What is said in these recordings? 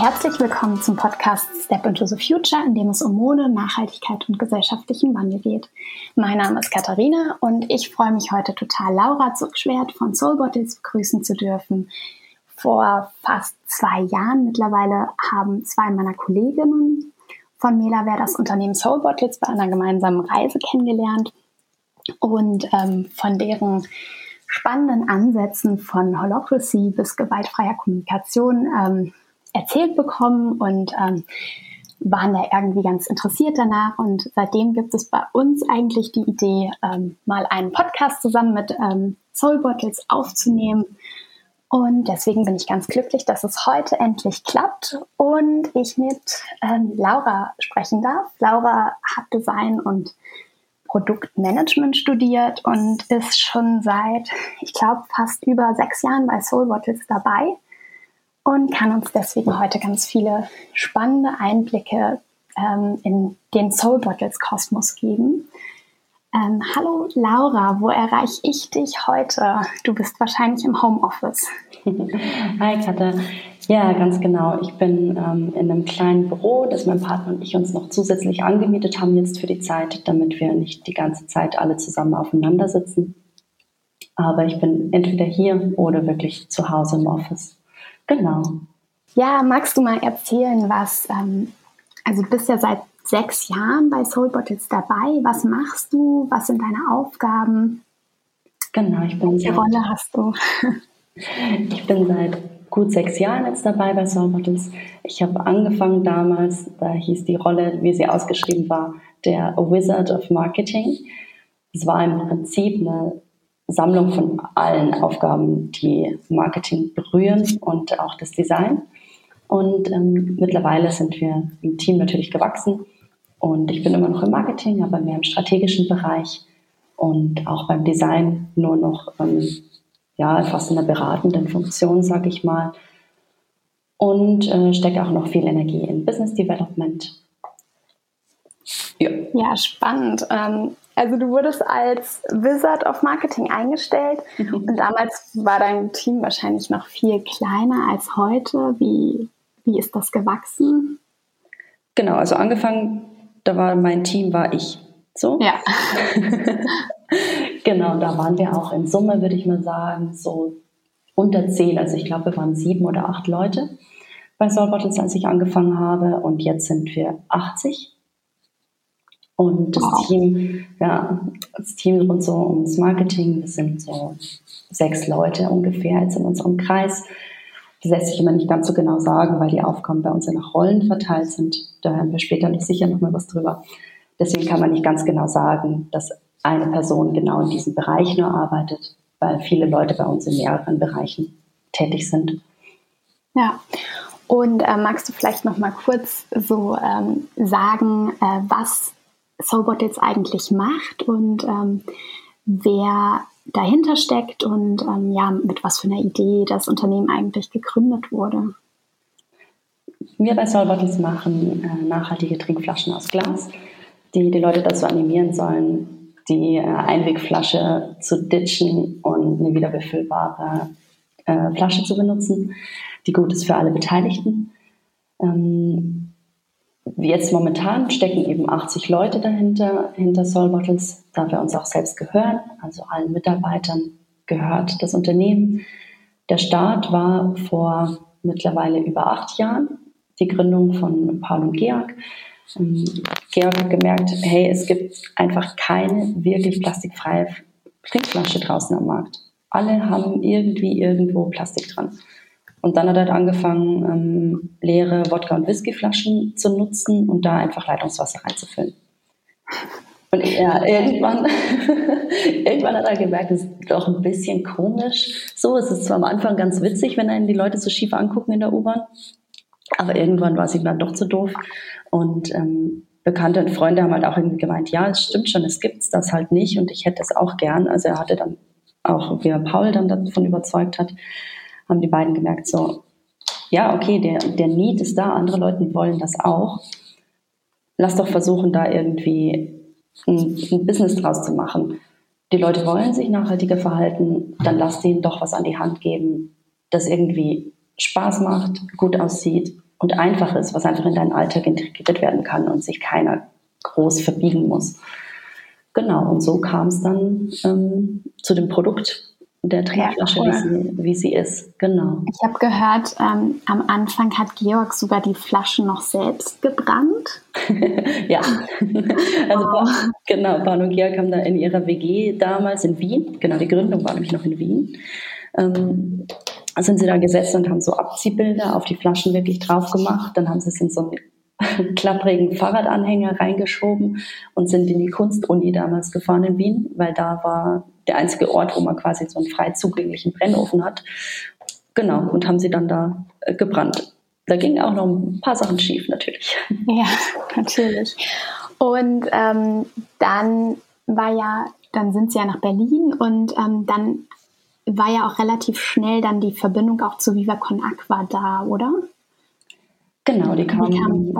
Herzlich willkommen zum Podcast Step into the Future, in dem es um Mode, Nachhaltigkeit und gesellschaftlichen Wandel geht. Mein Name ist Katharina und ich freue mich heute total, Laura Zuckschwert von Soul Bottles begrüßen zu dürfen. Vor fast 2 Jahren mittlerweile haben 2 meiner Kolleginnen von Melawear das Unternehmen Soul Bottles bei einer gemeinsamen Reise kennengelernt und von deren spannenden Ansätzen von Holacracy bis gewaltfreier Kommunikation erzählt bekommen und waren da irgendwie ganz interessiert danach. Und seitdem gibt es bei uns eigentlich die Idee, mal einen Podcast zusammen mit Soul Bottles aufzunehmen. Und deswegen bin ich ganz glücklich, dass es heute endlich klappt und ich mit Laura sprechen darf. Laura hat Design und Produktmanagement studiert und ist schon seit, ich glaube, fast über 6 Jahren bei Soul Bottles dabei und kann uns deswegen heute ganz viele spannende Einblicke in den Soul Bottles Kosmos geben. Hallo Laura, wo erreiche ich dich heute? Du bist wahrscheinlich im Homeoffice. Hi Katha. Ja, ganz genau. Ich bin in einem kleinen Büro, das mein Partner und ich uns noch zusätzlich angemietet haben jetzt für die Zeit, damit wir nicht die ganze Zeit alle zusammen aufeinander sitzen. Aber ich bin entweder hier oder wirklich zu Hause im Office. Genau. Ja, magst du mal erzählen, also du bist ja seit 6 Jahren bei Soul Bottles dabei. Was machst du? Was sind deine Aufgaben? Genau, welche Rolle hast du? Ich bin seit gut 6 Jahren jetzt dabei bei Soul Bottles. Ich habe angefangen damals, da hieß die Rolle, wie sie ausgeschrieben war, der Wizard of Marketing. Es war im Prinzip eine Sammlung von allen Aufgaben, die Marketing berühren und auch das Design. Und mittlerweile sind wir im Team natürlich gewachsen und ich bin immer noch im Marketing, aber mehr im strategischen Bereich und auch beim Design nur noch fast in der beratenden Funktion, sage ich mal. Und stecke auch noch viel Energie in Business Development. Ja, spannend. Also du wurdest als Wizard of Marketing eingestellt und damals war dein Team wahrscheinlich noch viel kleiner als heute. Wie ist das gewachsen? Genau, also angefangen, mein Team war ich. So? Ja. Genau, da waren wir auch in Summe, würde ich mal sagen, so unter 10. Also ich glaube, wir waren 7 oder 8 Leute bei Soul Bottles, als ich angefangen habe. Und jetzt sind wir 80. Und das Team rund so ums Marketing, das sind so 6 Leute ungefähr jetzt in unserem Kreis. Das lässt sich immer nicht ganz so genau sagen, weil die Aufgaben bei uns ja nach Rollen verteilt sind. Da hören wir später sicher noch mal was drüber. Deswegen kann man nicht ganz genau sagen, dass eine Person genau in diesem Bereich nur arbeitet, weil viele Leute bei uns in mehreren Bereichen tätig sind. Ja, und magst du vielleicht noch mal kurz so sagen, was Soul Bottles eigentlich macht und wer dahinter steckt und mit was für einer Idee das Unternehmen eigentlich gegründet wurde? Wir bei Soul Bottles machen nachhaltige Trinkflaschen aus Glas, die Leute dazu animieren sollen, die Einwegflasche zu ditchen und eine wiederbefüllbare Flasche zu benutzen, die gut ist für alle Beteiligten. Jetzt momentan stecken eben 80 Leute hinter Soul Bottles, da wir uns auch selbst gehören, also allen Mitarbeitern gehört das Unternehmen. Der Start war vor mittlerweile über 8 Jahren, die Gründung von Paul und Georg. Georg hat gemerkt, hey, es gibt einfach keine wirklich plastikfreie Trinkflasche draußen am Markt. Alle haben irgendwie irgendwo Plastik dran. Und dann hat er angefangen, leere Wodka- und Whiskyflaschen zu nutzen und da einfach Leitungswasser reinzufüllen. Und irgendwann hat er gemerkt, das ist doch ein bisschen komisch. So, es ist zwar am Anfang ganz witzig, wenn einen die Leute so schief angucken in der U-Bahn, aber irgendwann war es ihm dann doch zu doof. Und Bekannte und Freunde haben halt auch irgendwie gemeint, ja, es stimmt schon, es gibt's das halt nicht und ich hätte es auch gern. Also er hatte dann auch, wie er Paul dann davon überzeugt hat, haben die beiden gemerkt, so, ja, okay, der Need ist da, andere Leute wollen das auch. Lass doch versuchen, da irgendwie ein Business draus zu machen. Die Leute wollen sich nachhaltiger verhalten, dann lass denen doch was an die Hand geben, das irgendwie Spaß macht, gut aussieht und einfach ist, was einfach in deinen Alltag integriert werden kann und sich keiner groß verbiegen muss. Genau, und so kam es dann zu dem Produkt der Trinkflasche, ja, cool. wie sie ist. Genau. Ich habe gehört, am Anfang hat Georg sogar die Flaschen noch selbst gebrannt. Ja, also genau, Barn und Georg haben da in ihrer WG damals in Wien, genau, die Gründung war nämlich noch in Wien, sind sie da gesessen und haben so Abziehbilder auf die Flaschen wirklich drauf gemacht. Dann haben sie es in so einen klapprigen Fahrradanhänger reingeschoben und sind in die Kunstuni damals gefahren in Wien, weil da war der einzige Ort, wo man quasi so einen frei zugänglichen Brennofen hat. Genau, und haben sie dann da gebrannt. Da gingen auch noch ein paar Sachen schief, natürlich. Ja, natürlich. Und dann sind sie ja nach Berlin und dann war ja auch relativ schnell dann die Verbindung auch zu Viva Con Aqua da, oder? Genau, die kam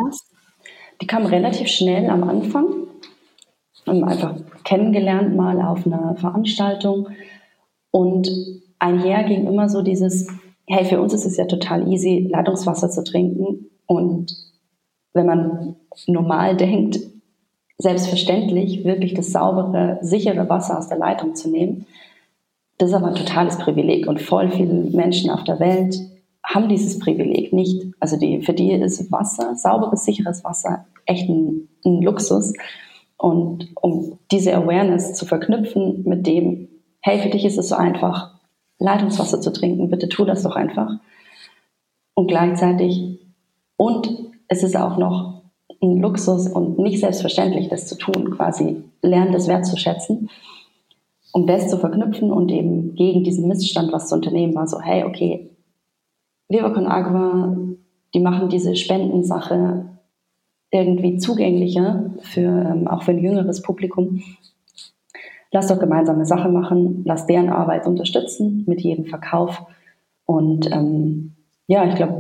relativ schnell am Anfang. Haben einfach kennengelernt mal auf einer Veranstaltung. Und einher ging immer so dieses, hey, für uns ist es ja total easy, Leitungswasser zu trinken. Und wenn man normal denkt, selbstverständlich wirklich das saubere, sichere Wasser aus der Leitung zu nehmen, das ist aber ein totales Privileg. Und voll viele Menschen auf der Welt haben dieses Privileg nicht. Also für die ist Wasser, sauberes, sicheres Wasser, echt ein Luxus. Und um diese Awareness zu verknüpfen mit dem, hey, für dich ist es so einfach, Leitungswasser zu trinken, bitte tu das doch einfach. Und gleichzeitig, und es ist auch noch ein Luxus und nicht selbstverständlich, das zu tun, quasi lernen, das wertzuschätzen. Um das zu verknüpfen und eben gegen diesen Missstand was zu unternehmen, war so, hey, okay, Viva Con Aqua, die machen diese Spendensache irgendwie zugänglicher, auch für ein jüngeres Publikum. Lass doch gemeinsame Sache machen, lass deren Arbeit unterstützen mit jedem Verkauf. Und ich glaube,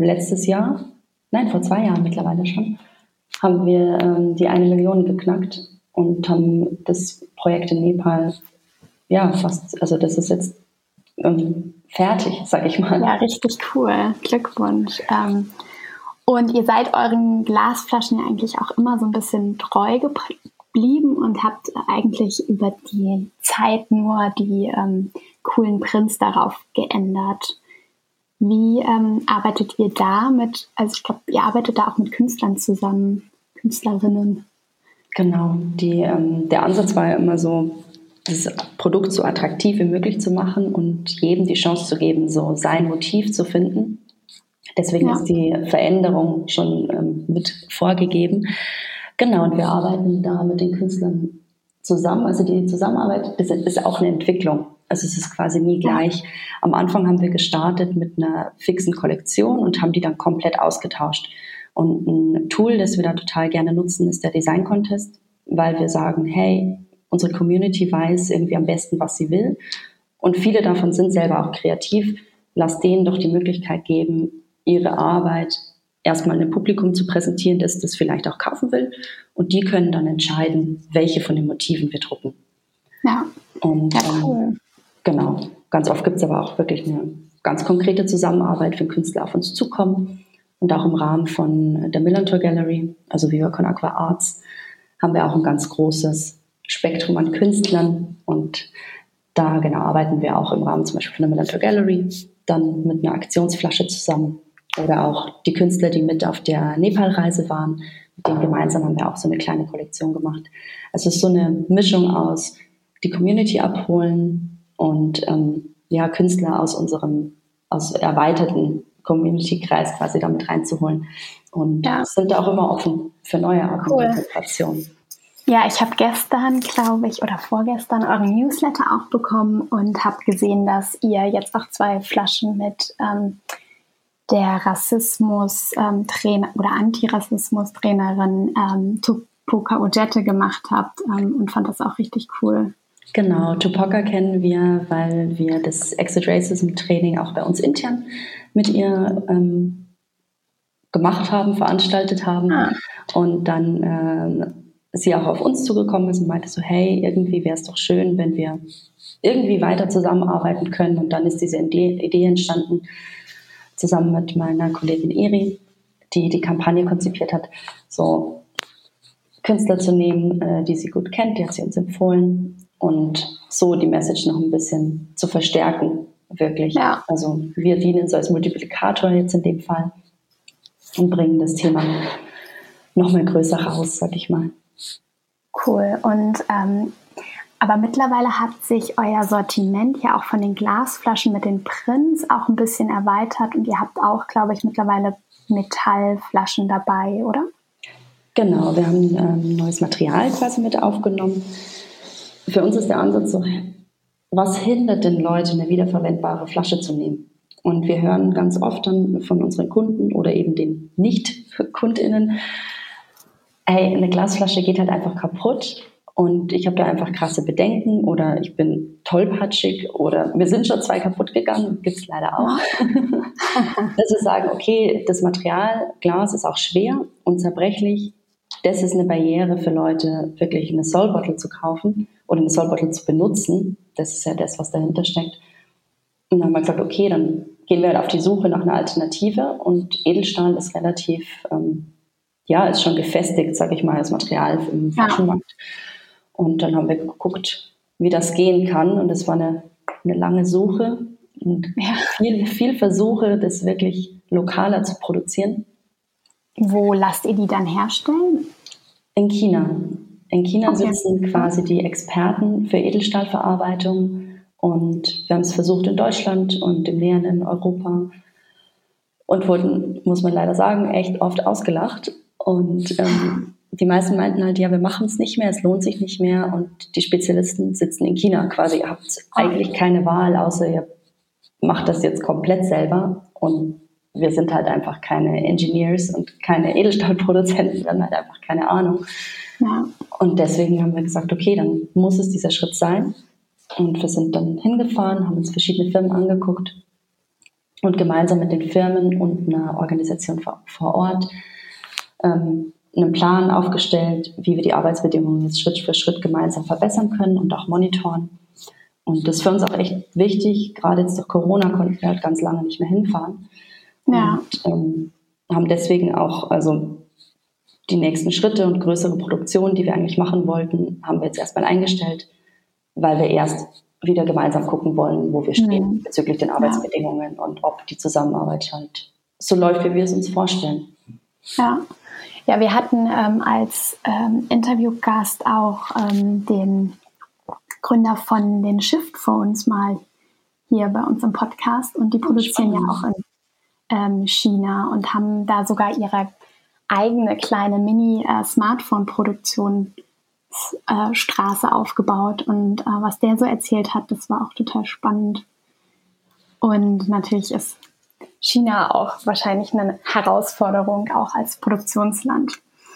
vor 2 Jahren mittlerweile schon, haben wir die 1 Million geknackt und haben das Projekt in Nepal also das ist jetzt fertig, sag ich mal. Ja, richtig cool. Glückwunsch. Und ihr seid euren Glasflaschen ja eigentlich auch immer so ein bisschen treu geblieben und habt eigentlich über die Zeit nur die coolen Prints darauf geändert. Wie arbeitet ihr da also ich glaube, ihr arbeitet da auch mit Künstlern zusammen, Künstlerinnen. Genau, der Ansatz war ja immer so, das Produkt so attraktiv wie möglich zu machen und jedem die Chance zu geben, so sein Motiv zu finden. Deswegen ist die Veränderung schon mit vorgegeben. Genau, und wir arbeiten da mit den Künstlern zusammen. Also die Zusammenarbeit ist auch eine Entwicklung. Also es ist quasi nie gleich. Am Anfang haben wir gestartet mit einer fixen Kollektion und haben die dann komplett ausgetauscht. Und ein Tool, das wir da total gerne nutzen, ist der Design Contest, weil wir sagen, hey, unsere Community weiß irgendwie am besten, was sie will. Und viele davon sind selber auch kreativ. Lass denen doch die Möglichkeit geben, ihre Arbeit erstmal einem Publikum zu präsentieren, das das vielleicht auch kaufen will. Und die können dann entscheiden, welche von den Motiven wir drucken. Ja, und cool. Genau. Ganz oft gibt es aber auch wirklich eine ganz konkrete Zusammenarbeit, wenn Künstler auf uns zukommen. Und auch im Rahmen von der Millantor Gallery, also Viva Con Aqua Arts, haben wir auch ein ganz großes Spektrum an Künstlern. Und da arbeiten wir auch im Rahmen zum Beispiel von der Millantor Gallery dann mit einer Aktionsflasche zusammen. Oder auch die Künstler, die mit auf der Nepal-Reise waren, mit denen gemeinsam haben wir auch so eine kleine Kollektion gemacht. Also es ist so eine Mischung aus die Community abholen und Künstler aus erweiterten Community-Kreis quasi damit reinzuholen. Und sind da auch immer offen für neue Arten von Kooperationen. Ja, ich habe gestern, glaube ich, oder vorgestern euren Newsletter auch bekommen und habe gesehen, dass ihr jetzt auch 2 Flaschen mit der Rassismus-Trainer oder Antirassismus-Trainerin Tupoka Ojete gemacht habt und fand das auch richtig cool. Genau, Tupoka kennen wir, weil wir das Exit Racism Training auch bei uns intern mit ihr gemacht haben, veranstaltet haben. Und dann sie auch auf uns zugekommen ist und meinte so, hey, irgendwie wäre es doch schön, wenn wir irgendwie weiter zusammenarbeiten können. Und dann ist diese Idee entstanden, zusammen mit meiner Kollegin Eri, die Kampagne konzipiert hat, so Künstler zu nehmen, die sie gut kennt, die hat sie uns empfohlen und so die Message noch ein bisschen zu verstärken, wirklich. Ja. Also wir dienen so als Multiplikator jetzt in dem Fall und bringen das Thema noch mal größer raus, sag ich mal. Cool. Und aber mittlerweile hat sich euer Sortiment ja auch von den Glasflaschen mit den Prints auch ein bisschen erweitert und ihr habt auch, glaube ich, mittlerweile Metallflaschen dabei, oder? Genau, wir haben neues Material quasi mit aufgenommen. Für uns ist der Ansatz so, was hindert denn Leute, eine wiederverwendbare Flasche zu nehmen? Und wir hören ganz oft dann von unseren Kunden oder eben den Nicht-KundInnen, hey, eine Glasflasche geht halt einfach kaputt und ich habe da einfach krasse Bedenken oder ich bin tollpatschig oder mir sind schon 2 kaputt gegangen, gibt es leider auch. Dass wir sagen, okay, das Material Glas ist auch schwer und zerbrechlich. Das ist eine Barriere für Leute, wirklich eine Soul Bottle zu kaufen oder eine Soul Bottle zu benutzen. Das ist ja das, was dahinter steckt. Und dann haben wir gesagt, okay, dann gehen wir halt auf die Suche nach einer Alternative und Edelstahl ist relativ, ist schon gefestigt, sage ich mal, als Material im Flaschenmarkt. Und dann haben wir geguckt, wie das gehen kann und es war eine lange Suche und viel Versuche, das wirklich lokaler zu produzieren. Wo lasst ihr die dann herstellen? In China. In China sitzen quasi die Experten für Edelstahlverarbeitung und wir haben es versucht in Deutschland und im näheren Europa und wurden, muss man leider sagen, echt oft ausgelacht. Und die meisten meinten halt, ja, wir machen es nicht mehr, es lohnt sich nicht mehr und die Spezialisten sitzen in China quasi. Ihr habt eigentlich keine Wahl, außer ihr macht das jetzt komplett selber und wir sind halt einfach keine Engineers und keine Edelstahlproduzenten, wir haben halt einfach keine Ahnung. Ja. Und deswegen haben wir gesagt, okay, dann muss es dieser Schritt sein. Und wir sind dann hingefahren, haben uns verschiedene Firmen angeguckt und gemeinsam mit den Firmen und einer Organisation vor Ort einen Plan aufgestellt, wie wir die Arbeitsbedingungen jetzt Schritt für Schritt gemeinsam verbessern können und auch monitoren. Und das ist für uns auch echt wichtig. Gerade jetzt durch Corona konnten wir halt ganz lange nicht mehr hinfahren. Ja. Und haben deswegen auch, also die nächsten Schritte und größere Produktionen, die wir eigentlich machen wollten, haben wir jetzt erstmal eingestellt, weil wir erst wieder gemeinsam gucken wollen, wo wir stehen bezüglich den Arbeitsbedingungen und ob die Zusammenarbeit halt so läuft, wie wir es uns vorstellen. Ja, wir hatten als Interviewgast auch den Gründer von den Shift Phones mal hier bei uns im Podcast und die produzieren ja auch in China und haben da sogar ihre eigene kleine Mini-Smartphone-Produktionsstraße aufgebaut und was der so erzählt hat, das war auch total spannend. Und natürlich ist China auch wahrscheinlich eine Herausforderung, auch als Produktionsland.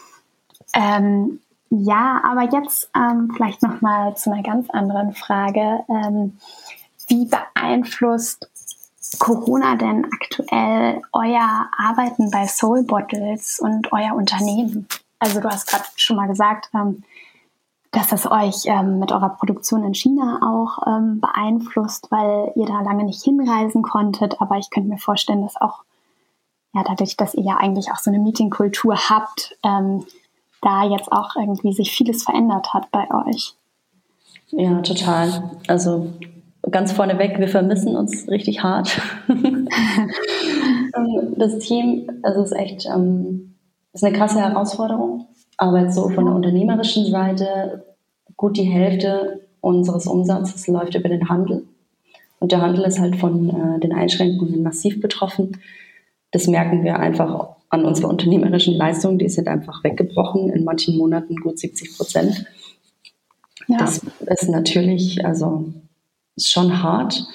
Aber jetzt vielleicht nochmal zu einer ganz anderen Frage. Wie beeinflusst Corona denn aktuell euer Arbeiten bei Soul Bottles und euer Unternehmen? Also du hast gerade schon mal gesagt, dass das euch mit eurer Produktion in China auch beeinflusst, weil ihr da lange nicht hinreisen konntet. Aber ich könnte mir vorstellen, dass auch dadurch, dass ihr ja eigentlich auch so eine Meetingkultur habt, da jetzt auch irgendwie sich vieles verändert hat bei euch. Ja, total. Also ganz vorneweg, wir vermissen uns richtig hart. Das Team, also ist echt, ist eine krasse Herausforderung. Aber jetzt so von der unternehmerischen Seite, gut die Hälfte unseres Umsatzes läuft über den Handel. Und der Handel ist halt von den Einschränkungen massiv betroffen. Das merken wir einfach an unserer unternehmerischen Leistung. Die sind einfach weggebrochen, in manchen Monaten gut 70%. Ja. Das ist natürlich, also ist schon hart.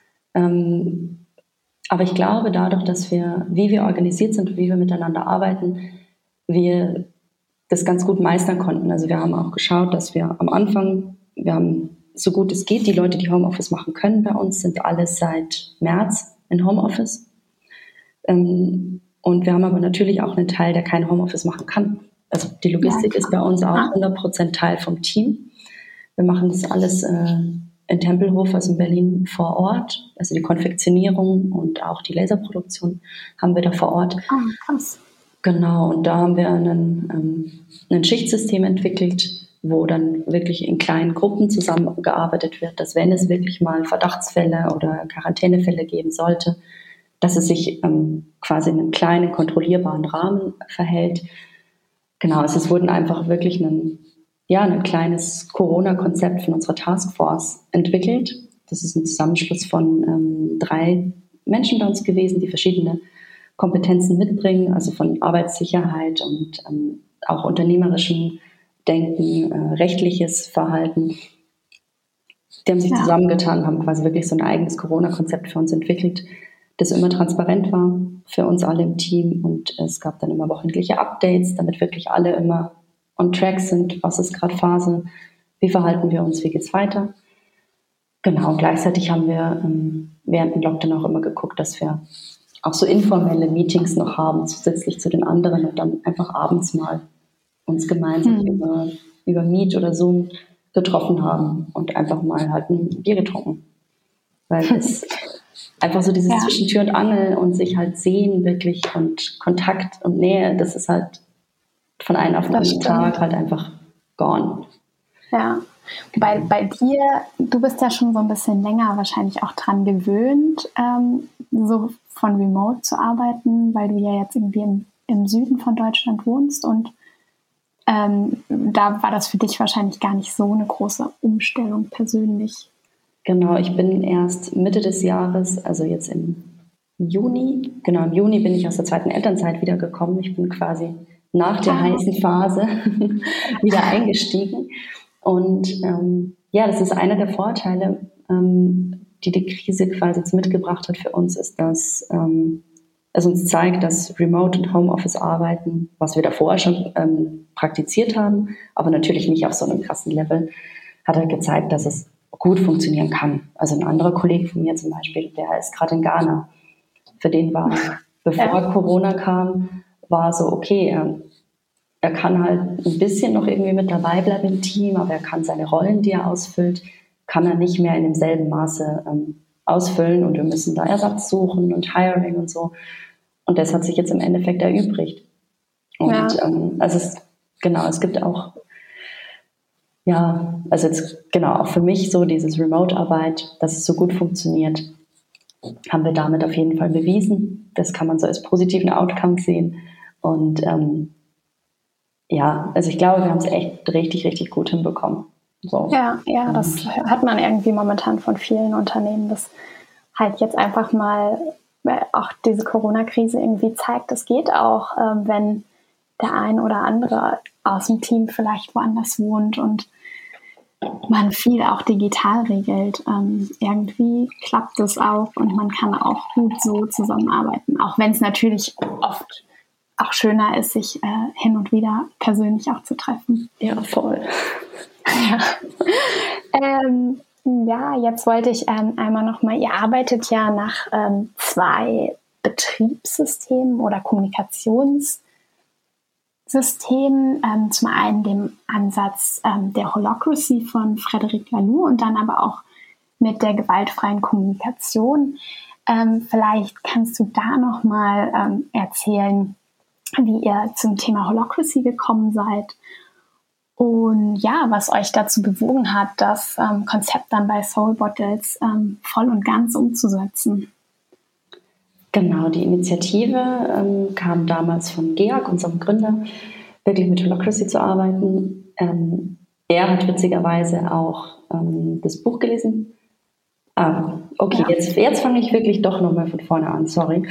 Aber ich glaube, dadurch, dass wir, wie wir organisiert sind und wie wir miteinander arbeiten, wir das ganz gut meistern konnten. Also wir haben auch geschaut, dass wir am Anfang, wir haben so gut es geht, die Leute, die Homeoffice machen können bei uns, sind alle seit März in Homeoffice. Und wir haben aber natürlich auch einen Teil, der kein Homeoffice machen kann. Also die Logistik ist bei uns auch 100% Teil vom Team. Wir machen das alles in Tempelhof, also in Berlin vor Ort. Also die Konfektionierung und auch die Laserproduktion haben wir da vor Ort. Krass. Genau, und da haben wir ein Schichtsystem entwickelt, wo dann wirklich in kleinen Gruppen zusammengearbeitet wird, dass wenn es wirklich mal Verdachtsfälle oder Quarantänefälle geben sollte, dass es sich quasi in einem kleinen, kontrollierbaren Rahmen verhält. Genau, es wurden einfach wirklich ein kleines Corona-Konzept von unserer Taskforce entwickelt. Das ist ein Zusammenschluss von 3 Menschen bei uns gewesen, die verschiedene Kompetenzen mitbringen, also von Arbeitssicherheit und auch unternehmerischem Denken, rechtliches Verhalten. Die haben sich zusammengetan, haben quasi wirklich so ein eigenes Corona-Konzept für uns entwickelt, das immer transparent war für uns alle im Team. Und es gab dann immer wöchentliche Updates, damit wirklich alle immer on track sind. Was ist gerade Phase? Wie verhalten wir uns? Wie geht's weiter? Genau, und gleichzeitig haben wir während dem Lockdown auch immer geguckt, dass wir auch so informelle Meetings noch haben, zusätzlich zu den anderen und dann einfach abends mal uns gemeinsam über Meet oder Zoom getroffen haben und einfach mal halt ein Bier getrunken. Weil es einfach so dieses zwischen Tür und Angel und sich halt sehen wirklich und Kontakt und Nähe, das ist halt von einem auf den anderen Tag halt einfach gone. Ja, bei dir, du bist ja schon so ein bisschen länger wahrscheinlich auch dran gewöhnt, so von Remote zu arbeiten, weil du ja jetzt irgendwie im Süden von Deutschland wohnst und da war das für dich wahrscheinlich gar nicht so eine große Umstellung persönlich. Genau, ich bin erst Mitte des Jahres, also jetzt im Juni bin ich aus der zweiten Elternzeit wiedergekommen. Ich bin quasi nach der heißen Phase wieder eingestiegen. Und das ist einer der Vorteile, die Krise quasi jetzt mitgebracht hat für uns, ist, dass es uns zeigt, dass Remote- und Homeoffice-Arbeiten, was wir davor schon praktiziert haben, aber natürlich nicht auf so einem krassen Level, hat halt gezeigt, dass es gut funktionieren kann. Also ein anderer Kollege von mir zum Beispiel, der ist gerade in Ghana. Für den war, bevor Corona kam, war so, okay, er kann halt ein bisschen noch irgendwie mit dabei bleiben im Team, aber er kann seine Rollen, die er ausfüllt, kann er nicht mehr in demselben Maße ausfüllen und wir müssen da Ersatz suchen und Hiring und so. Und das hat sich jetzt im Endeffekt erübrigt. Und es gibt auch auch für mich so dieses Remote-Arbeit, dass es so gut funktioniert, haben wir damit auf jeden Fall bewiesen. Das kann man so als positiven Outcome sehen. Und ich glaube, wir haben es echt richtig, richtig gut hinbekommen. So. Ja, das hat man irgendwie momentan von vielen Unternehmen, dass halt jetzt einfach mal auch diese Corona-Krise irgendwie zeigt, es geht auch, wenn der ein oder andere aus dem Team vielleicht woanders wohnt und man viel auch digital regelt. Irgendwie klappt es auch und man kann auch gut so zusammenarbeiten, auch wenn es natürlich oft auch schöner ist, sich hin und wieder persönlich auch zu treffen. Ja, voll. Jetzt wollte ich einmal nochmal, ihr arbeitet ja nach 2 Betriebssystemen oder Kommunikationssystemen. Zum einen dem Ansatz der Holacracy von Frederic Laloux und dann aber auch mit der gewaltfreien Kommunikation. Vielleicht kannst du da nochmal erzählen, wie ihr zum Thema Holacracy gekommen seid und was euch dazu bewogen hat, das Konzept dann bei Soul Bottles voll und ganz umzusetzen. Genau, die Initiative kam damals von Georg, unserem Gründer, wirklich mit Holacracy zu arbeiten. Er hat witzigerweise auch das Buch gelesen. Jetzt fange ich wirklich doch nochmal von vorne an, sorry.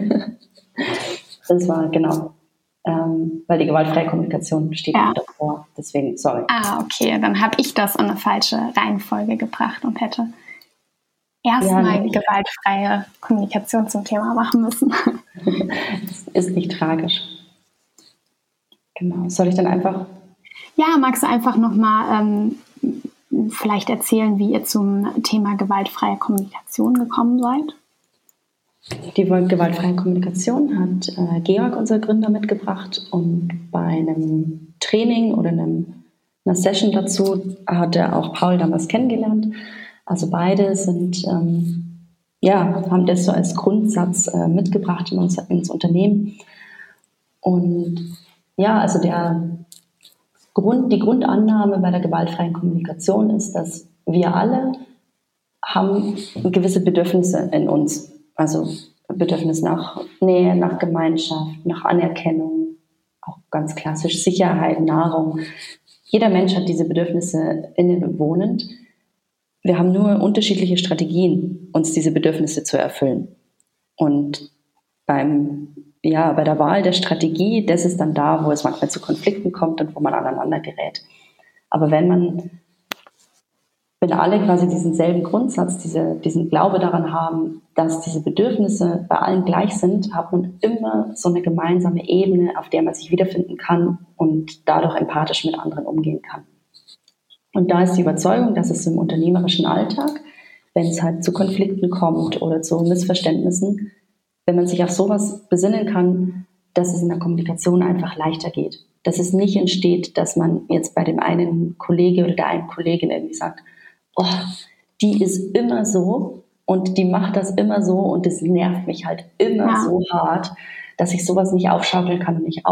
Das war weil die gewaltfreie Kommunikation steht davor, deswegen, sorry. Okay, dann habe ich das in eine falsche Reihenfolge gebracht und hätte erstmal die gewaltfreie Kommunikation zum Thema machen müssen. Das ist nicht tragisch. Genau, soll ich dann einfach... Ja, magst du einfach nochmal vielleicht erzählen, wie ihr zum Thema gewaltfreie Kommunikation gekommen seid? Die gewaltfreie Kommunikation hat Georg, unser Gründer, mitgebracht und bei einem Training oder einer Session dazu hat er auch Paul damals kennengelernt. Also beide sind, haben das so als Grundsatz mitgebracht ins Unternehmen. Und ja, also die Grundannahme bei der gewaltfreien Kommunikation ist, dass wir alle haben gewisse Bedürfnisse in uns. Also Bedürfnis nach Nähe, nach Gemeinschaft, nach Anerkennung, auch ganz klassisch Sicherheit, Nahrung. Jeder Mensch hat diese Bedürfnisse innen wohnend. Wir haben nur unterschiedliche Strategien, uns diese Bedürfnisse zu erfüllen. Und bei der Wahl der Strategie, das ist dann da, wo es manchmal zu Konflikten kommt und wo man aneinander gerät. Aber wenn alle quasi diesen selben Grundsatz, diesen Glaube daran haben, dass diese Bedürfnisse bei allen gleich sind, hat man immer so eine gemeinsame Ebene, auf der man sich wiederfinden kann und dadurch empathisch mit anderen umgehen kann. Und da ist die Überzeugung, dass es im unternehmerischen Alltag, wenn es halt zu Konflikten kommt oder zu Missverständnissen, wenn man sich auf sowas besinnen kann, dass es in der Kommunikation einfach leichter geht. Dass es nicht entsteht, dass man jetzt bei dem einen Kollege oder der einen Kollegin irgendwie sagt, oh, die ist immer so und die macht das immer so und das nervt mich halt immer so hart, dass ich sowas nicht aufschaukeln kann und nicht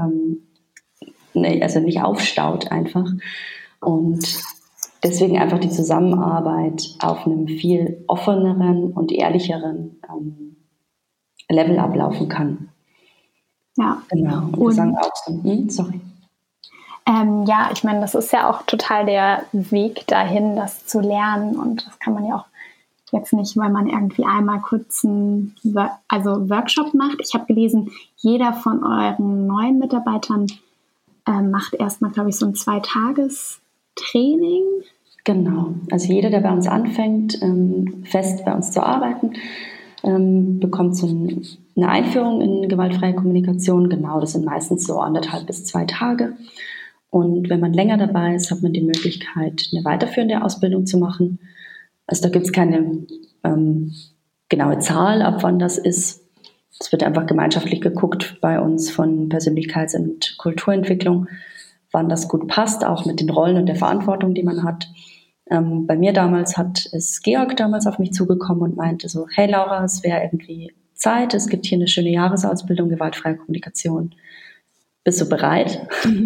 nicht aufstaut einfach. Und deswegen einfach die Zusammenarbeit auf einem viel offeneren und ehrlicheren Level ablaufen kann. Ja. Genau. Und wir sagen auch so, sorry. Ich meine, das ist ja auch total der Weg dahin, das zu lernen. Und das kann man ja auch jetzt nicht, weil man irgendwie einmal kurz einen Workshop macht. Ich habe gelesen, jeder von euren neuen Mitarbeitern macht erstmal, glaube ich, so ein 2-Tages-Training. Genau. Also jeder, der bei uns anfängt, fest bei uns zu arbeiten, bekommt so eine Einführung in gewaltfreie Kommunikation. Genau, das sind meistens so 1,5 bis 2 Tage. Und wenn man länger dabei ist, hat man die Möglichkeit, eine weiterführende Ausbildung zu machen. Also da gibt es keine genaue Zahl, ab wann das ist. Es wird einfach gemeinschaftlich geguckt bei uns von Persönlichkeits- und Kulturentwicklung, wann das gut passt, auch mit den Rollen und der Verantwortung, die man hat. Bei mir damals ist Georg damals auf mich zugekommen und meinte so, hey Laura, es wäre irgendwie Zeit, es gibt hier eine schöne Jahresausbildung, gewaltfreie Kommunikation. Bist du bereit?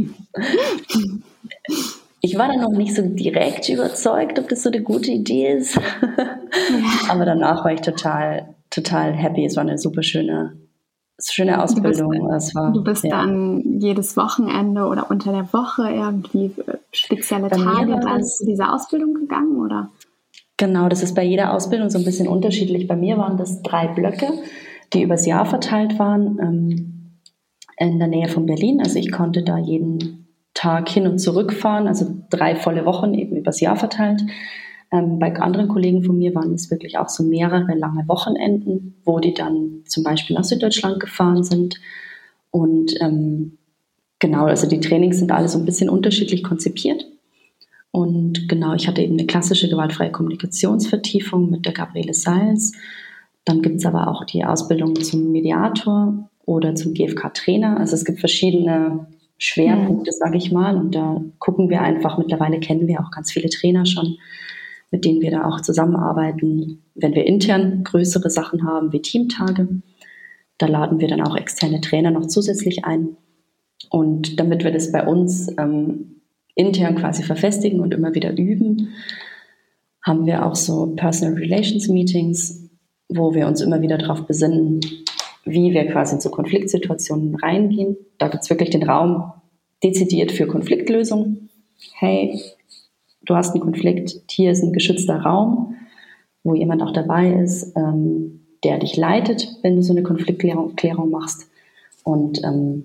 Ich war dann noch nicht so direkt überzeugt, ob das so eine gute Idee ist. Aber danach war ich total happy. Es war eine super schöne Ausbildung. Du bist dann jedes Wochenende oder unter der Woche irgendwie spezielle Tage dann zu dieser Ausbildung gegangen, oder? Genau, das ist bei jeder Ausbildung so ein bisschen unterschiedlich. Bei mir waren das 3 Blöcke, die übers Jahr verteilt waren, in der Nähe von Berlin. Also ich konnte da jeden Tag hin und zurück fahren, also 3 volle Wochen eben übers Jahr verteilt. Bei anderen Kollegen von mir waren es wirklich auch so mehrere lange Wochenenden, wo die dann zum Beispiel nach Süddeutschland gefahren sind. Und genau, also die Trainings sind alle so ein bisschen unterschiedlich konzipiert. Und genau, ich hatte eben eine klassische gewaltfreie Kommunikationsvertiefung mit der Gabriele Seils. Dann gibt es aber auch die Ausbildung zum Mediator oder zum GFK-Trainer. Also es gibt verschiedene Schwerpunkte, sage ich mal. Und da gucken wir einfach, mittlerweile kennen wir auch ganz viele Trainer schon, mit denen wir da auch zusammenarbeiten. Wenn wir intern größere Sachen haben, wie Teamtage, da laden wir dann auch externe Trainer noch zusätzlich ein. Und damit wir das bei uns intern quasi verfestigen und immer wieder üben, haben wir auch so Personal Relations Meetings, wo wir uns immer wieder darauf besinnen, wie wir quasi in so Konfliktsituationen reingehen. Da gibt es wirklich den Raum dezidiert für Konfliktlösung. Hey, du hast einen Konflikt, hier ist ein geschützter Raum, wo jemand auch dabei ist, der dich leitet, wenn du so eine Konfliktklärung machst. Und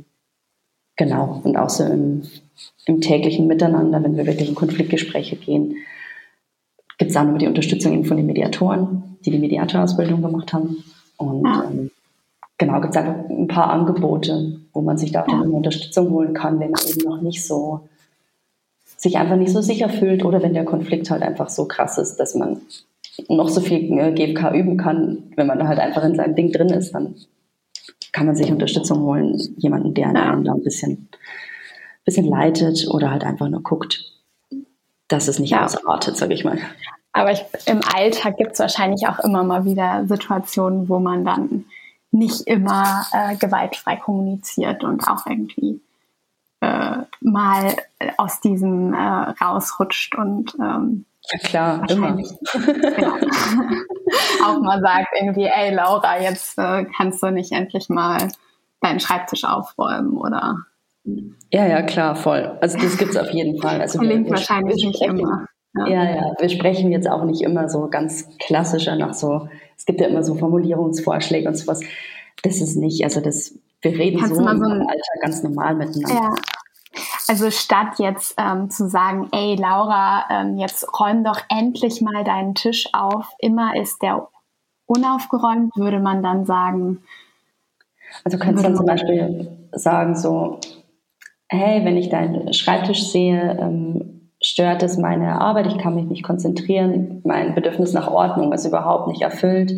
genau, und auch so im täglichen Miteinander, wenn wir wirklich in Konfliktgespräche gehen, gibt es auch noch die Unterstützung von den Mediatoren, die Mediatorausbildung gemacht haben. Und genau, gibt es einfach ein paar Angebote, wo man sich da auch dann Unterstützung holen kann, wenn man eben noch nicht so, sich einfach nicht so sicher fühlt oder wenn der Konflikt halt einfach so krass ist, dass man noch so viel GFK üben kann. Wenn man halt einfach in seinem Ding drin ist, dann kann man sich Unterstützung holen, jemanden, der einen da ein bisschen leitet oder halt einfach nur guckt, dass es nicht ausartet, sage ich mal. Aber im Alltag gibt es wahrscheinlich auch immer mal wieder Situationen, wo man dann nicht immer gewaltfrei kommuniziert und auch irgendwie mal aus diesem rausrutscht und ja klar, immer. Ja, auch mal sagt irgendwie, ey Laura, jetzt kannst du nicht endlich mal deinen Schreibtisch aufräumen oder... Ja, klar, voll. Also das gibt es auf jeden Fall. Also Gelingt wahrscheinlich nicht immer. Ja, wir sprechen jetzt auch nicht immer so ganz klassischer nach so, es gibt ja immer so Formulierungsvorschläge und sowas. Das ist nicht, also wir reden so im Alltag ganz normal miteinander. Ja. Also statt jetzt zu sagen, ey Laura, jetzt räum doch endlich mal deinen Tisch auf, immer ist der unaufgeräumt, würde man dann sagen. Also du kannst dann zum Beispiel sagen so, hey, wenn ich deinen Schreibtisch sehe, stört es meine Arbeit, ich kann mich nicht konzentrieren, mein Bedürfnis nach Ordnung ist überhaupt nicht erfüllt.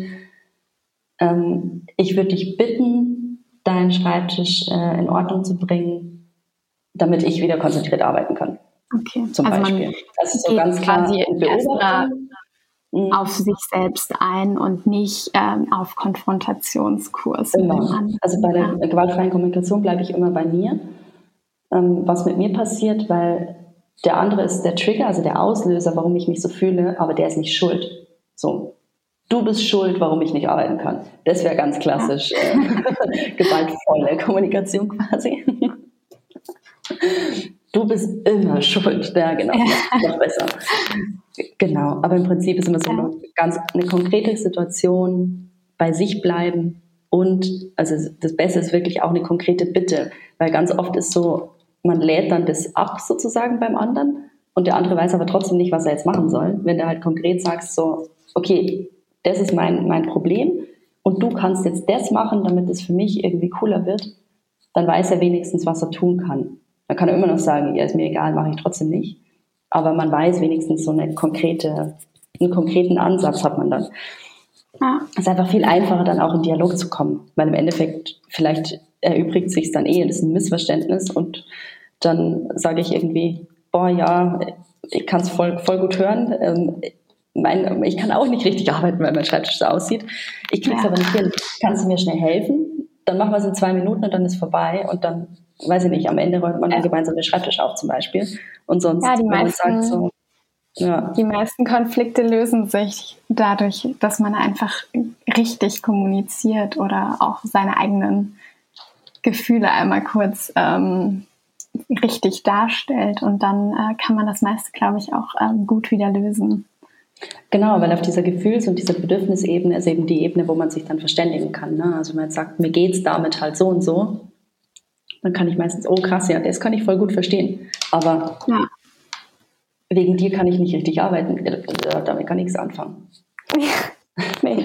Ich würde dich bitten, deinen Schreibtisch in Ordnung zu bringen, damit ich wieder konzentriert arbeiten kann. Okay. Zum Beispiel. Das ist so ganz klar Beobachtung. Auf sich selbst ein und nicht auf Konfrontationskurs. Immer. Also bei der gewaltfreien Kommunikation bleibe ich immer bei mir, was mit mir passiert, weil der andere ist der Trigger, also der Auslöser, warum ich mich so fühle, aber der ist nicht schuld. So, du bist schuld, warum ich nicht arbeiten kann. Das wäre ganz klassisch gewaltvolle Kommunikation quasi. Du bist immer schuld. Ja, genau. Noch besser. Genau. Aber im Prinzip ist immer so eine konkrete Situation, bei sich bleiben und, also das Beste ist wirklich auch eine konkrete Bitte, weil ganz oft ist so, man lädt dann das ab sozusagen beim anderen und der andere weiß aber trotzdem nicht, was er jetzt machen soll. Wenn du halt konkret sagst so, okay, das ist mein Problem und du kannst jetzt das machen, damit es für mich irgendwie cooler wird, dann weiß er wenigstens, was er tun kann. Dann kann er immer noch sagen, ja, ist mir egal, mache ich trotzdem nicht. Aber man weiß wenigstens so einen konkreten Ansatz hat man dann. Ja. Es ist einfach viel einfacher, dann auch in Dialog zu kommen, weil im Endeffekt vielleicht erübrigt sich es dann das ist ein Missverständnis und dann sage ich irgendwie, boah, ja, ich kann es voll gut hören. Ich kann auch nicht richtig arbeiten, weil mein Schreibtisch so aussieht. Ich kriege es aber nicht hin. Kannst du mir schnell helfen? Dann machen wir es in 2 Minuten und dann ist vorbei und dann, weiß ich nicht, am Ende räumt man dann gemeinsam den Schreibtisch auf zum Beispiel. Und sonst, wenn man sagt so, die meisten Konflikte lösen sich dadurch, dass man einfach richtig kommuniziert oder auch seine eigenen Gefühle einmal kurz richtig darstellt und dann kann man das meiste, glaube ich, auch gut wieder lösen. Genau, weil auf dieser Gefühls- und dieser Bedürfnisebene ist eben die Ebene, wo man sich dann verständigen kann. Ne? Also wenn man jetzt sagt, mir geht's damit halt so und so, dann kann ich meistens, oh krass, ja, das kann ich voll gut verstehen. Aber wegen dir kann ich nicht richtig arbeiten. Damit kann ich nichts anfangen. Nee.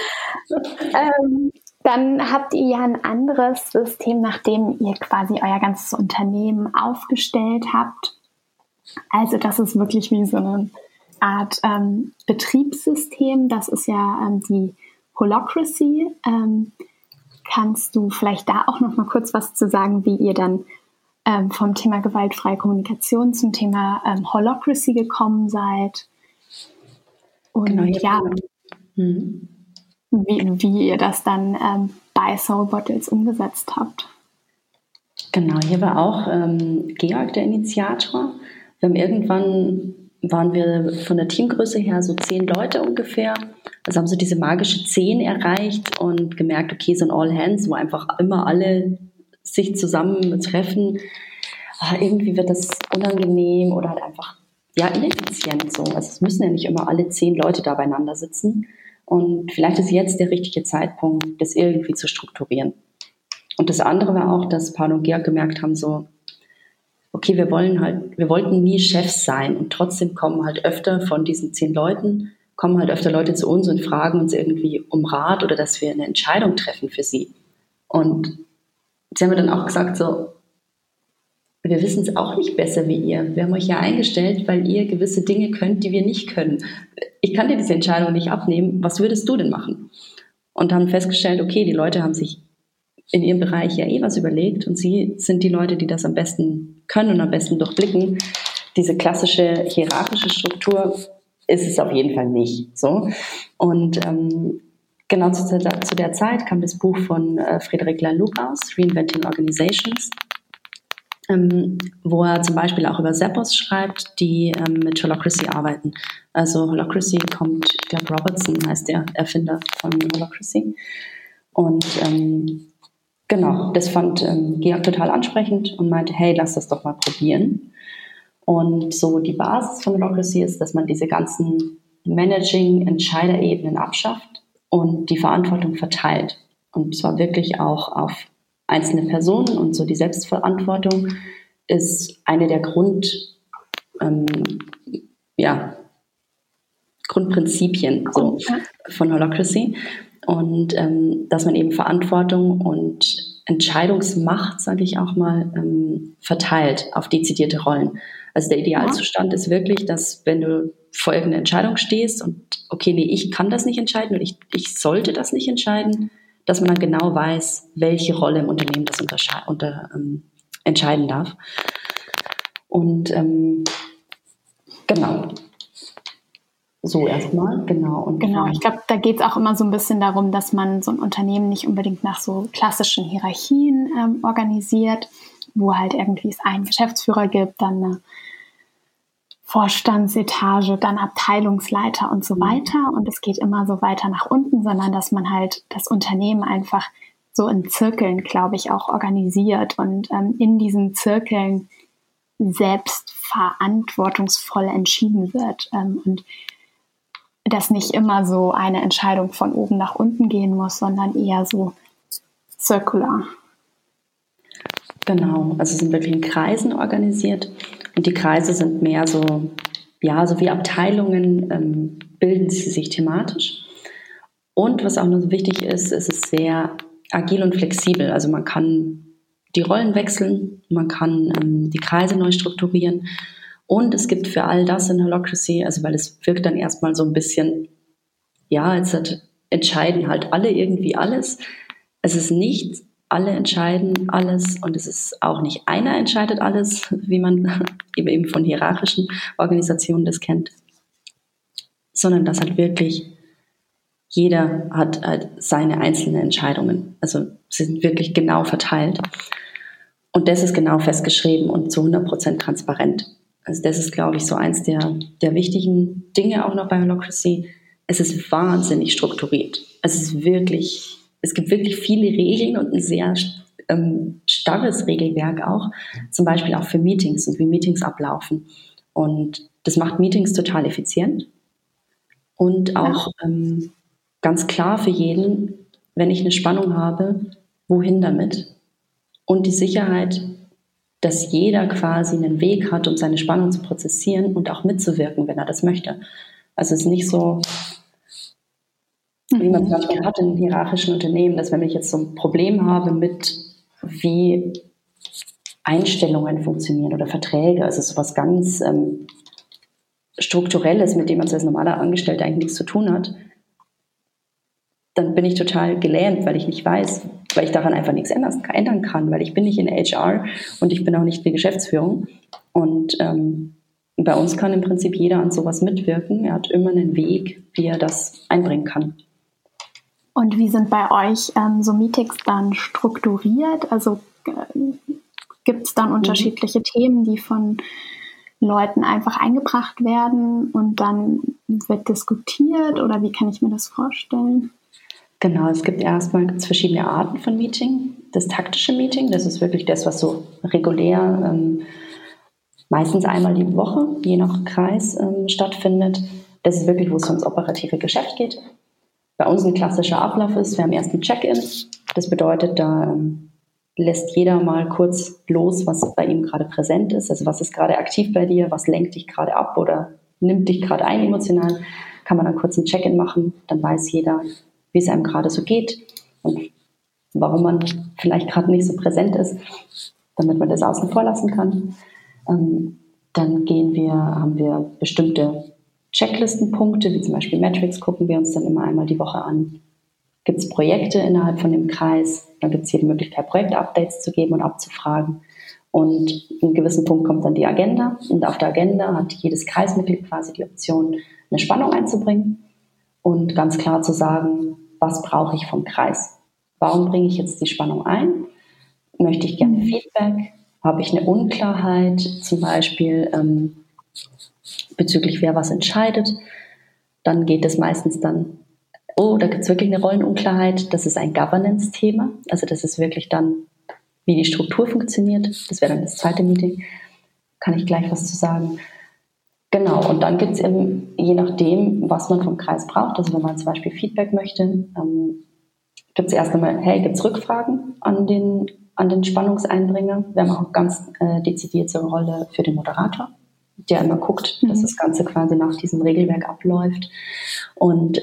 Dann habt ihr ja ein anderes System, nachdem ihr quasi euer ganzes Unternehmen aufgestellt habt. Also das ist wirklich wie so eine Art Betriebssystem. Das ist ja die Holacracy. Kannst du vielleicht da auch noch mal kurz was zu sagen, wie ihr dann vom Thema gewaltfreie Kommunikation zum Thema Holacracy gekommen seid? Und wie ihr das dann bei Soul Bottles umgesetzt habt. Genau, hier war auch Georg der Initiator. Waren wir von der Teamgröße her so 10 Leute ungefähr. Also haben so diese magische 10 erreicht und gemerkt, okay, so ein All Hands, wo einfach immer alle sich zusammen treffen. Irgendwie wird das unangenehm oder halt einfach ineffizient so. Also es müssen ja nicht immer alle 10 Leute da beieinander sitzen. Und vielleicht ist jetzt der richtige Zeitpunkt, das irgendwie zu strukturieren. Und das andere war auch, dass Paul und Georg gemerkt haben, so, okay, wir wollten nie Chefs sein und trotzdem kommen halt öfter von diesen 10 Leuten, kommen halt öfter Leute zu uns und fragen uns irgendwie um Rat oder dass wir eine Entscheidung treffen für sie. Und sie haben mir dann auch gesagt, so, wir wissen es auch nicht besser wie ihr. Wir haben euch ja eingestellt, weil ihr gewisse Dinge könnt, die wir nicht können. Ich kann dir diese Entscheidung nicht abnehmen. Was würdest du denn machen? Und haben festgestellt, okay, die Leute haben sich in ihrem Bereich ja was überlegt und sie sind die Leute, die das am besten können und am besten durchblicken. Diese klassische hierarchische Struktur ist es auf jeden Fall nicht. So. Und genau zu der Zeit kam das Buch von Frederic Laloux raus, Reinventing Organizations, wo er zum Beispiel auch über Zappos schreibt, die mit Holacracy arbeiten. Also Holacracy kommt, ich glaube Robertson heißt der Erfinder von Holacracy. Und genau, das fand Georg total ansprechend und meinte, hey, lass das doch mal probieren. Und so die Basis von Holacracy ist, dass man diese ganzen Managing-Entscheiderebenen abschafft und die Verantwortung verteilt. Und zwar wirklich auch auf einzelne Personen, und so die Selbstverantwortung ist eine der Grundprinzipien so, von Holacracy. Und dass man eben Verantwortung und Entscheidungsmacht, sage ich auch mal, verteilt auf dezidierte Rollen. Also der Idealzustand ist wirklich, dass wenn du vor irgendeiner Entscheidung stehst und okay, nee, ich kann das nicht entscheiden und ich sollte das nicht entscheiden, dass man dann genau weiß, welche Rolle im Unternehmen das entscheiden darf. Und genau. So erstmal, genau. Und genau, ich glaube, da geht es auch immer so ein bisschen darum, dass man so ein Unternehmen nicht unbedingt nach so klassischen Hierarchien organisiert, wo halt irgendwie es einen Geschäftsführer gibt, dann eine Vorstandsetage, dann Abteilungsleiter und so weiter. Und es geht immer so weiter nach unten, sondern dass man halt das Unternehmen einfach so in Zirkeln, glaube ich, auch organisiert und in diesen Zirkeln selbst verantwortungsvoll entschieden wird. Und dass nicht immer so eine Entscheidung von oben nach unten gehen muss, sondern eher so zirkular. Genau, also sind wirklich in Kreisen organisiert und die Kreise sind mehr so, ja, so wie Abteilungen bilden sie sich thematisch. Und was auch noch so wichtig ist, es ist sehr agil und flexibel. Also man kann die Rollen wechseln, man kann die Kreise neu strukturieren. Und es gibt für all das in Holacracy, also weil es wirkt dann erstmal so ein bisschen, ja, jetzt entscheiden halt alle irgendwie alles. Es ist nicht, alle entscheiden alles und es ist auch nicht einer entscheidet alles, wie man eben von hierarchischen Organisationen das kennt, sondern dass halt wirklich jeder hat halt seine einzelnen Entscheidungen. Also sie sind wirklich genau verteilt. Und das ist genau festgeschrieben und zu 100% transparent. Also das ist, glaube ich, so eins der wichtigen Dinge auch noch bei Holacracy. Es ist wahnsinnig strukturiert. Es gibt wirklich viele Regeln und ein sehr starres Regelwerk auch. Zum Beispiel auch für Meetings und wie Meetings ablaufen. Und das macht Meetings total effizient. Und auch ganz klar für jeden, wenn ich eine Spannung habe, wohin damit? Und die Sicherheit, dass jeder quasi einen Weg hat, um seine Spannung zu prozessieren und auch mitzuwirken, wenn er das möchte. Also es ist nicht so, wie man es manchmal hat in hierarchischen Unternehmen, dass wenn ich jetzt so ein Problem habe mit, wie Einstellungen funktionieren oder Verträge, also sowas ganz Strukturelles, mit dem man als normaler Angestellter eigentlich nichts zu tun hat, dann bin ich total gelähmt, weil ich nicht weiß, weil ich daran einfach nichts ändern kann, weil ich bin nicht in HR und ich bin auch nicht in der Geschäftsführung. Und bei uns kann im Prinzip jeder an sowas mitwirken. Er hat immer einen Weg, wie er das einbringen kann. Und wie sind bei euch so Meetings dann strukturiert? Also gibt es dann unterschiedliche Themen, die von Leuten einfach eingebracht werden und dann wird diskutiert? Oder wie kann ich mir das vorstellen? Genau, es gibt verschiedene Arten von Meeting. Das taktische Meeting, das ist wirklich das, was so regulär meistens einmal die Woche, je nach Kreis, stattfindet. Das ist wirklich, wo es ums operative Geschäft geht. Bei uns ein klassischer Ablauf ist, wir haben erst ein Check-in. Das bedeutet, da lässt jeder mal kurz los, was bei ihm gerade präsent ist. Also was ist gerade aktiv bei dir, was lenkt dich gerade ab oder nimmt dich gerade ein emotional. Kann man dann kurz ein Check-in machen, dann weiß jeder, wie es einem gerade so geht und warum man vielleicht gerade nicht so präsent ist, damit man das außen vor lassen kann. Dann haben wir bestimmte Checklistenpunkte, wie zum Beispiel Metrics, gucken wir uns dann immer einmal die Woche an. Gibt es Projekte innerhalb von dem Kreis? Dann gibt es hier die Möglichkeit, Projektupdates zu geben und abzufragen. Und an einem gewissen Punkt kommt dann die Agenda. Und auf der Agenda hat jedes Kreismitglied quasi die Option, eine Spannung einzubringen und ganz klar zu sagen, was brauche ich vom Kreis? Warum bringe ich jetzt die Spannung ein? Möchte ich gerne Feedback? Habe ich eine Unklarheit, zum Beispiel bezüglich wer was entscheidet? Dann geht es meistens dann, da gibt es wirklich eine Rollenunklarheit. Das ist ein Governance-Thema. Also das ist wirklich dann, wie die Struktur funktioniert. Das wäre dann das zweite Meeting. Kann ich gleich was zu sagen. Genau, und dann gibt es eben, je nachdem, was man vom Kreis braucht, also wenn man zum Beispiel Feedback möchte, gibt es erst einmal, gibt es Rückfragen an den Spannungseinbringer. Wir haben auch ganz dezidiert so eine Rolle für den Moderator, der immer guckt, dass das Ganze quasi nach diesem Regelwerk abläuft. Und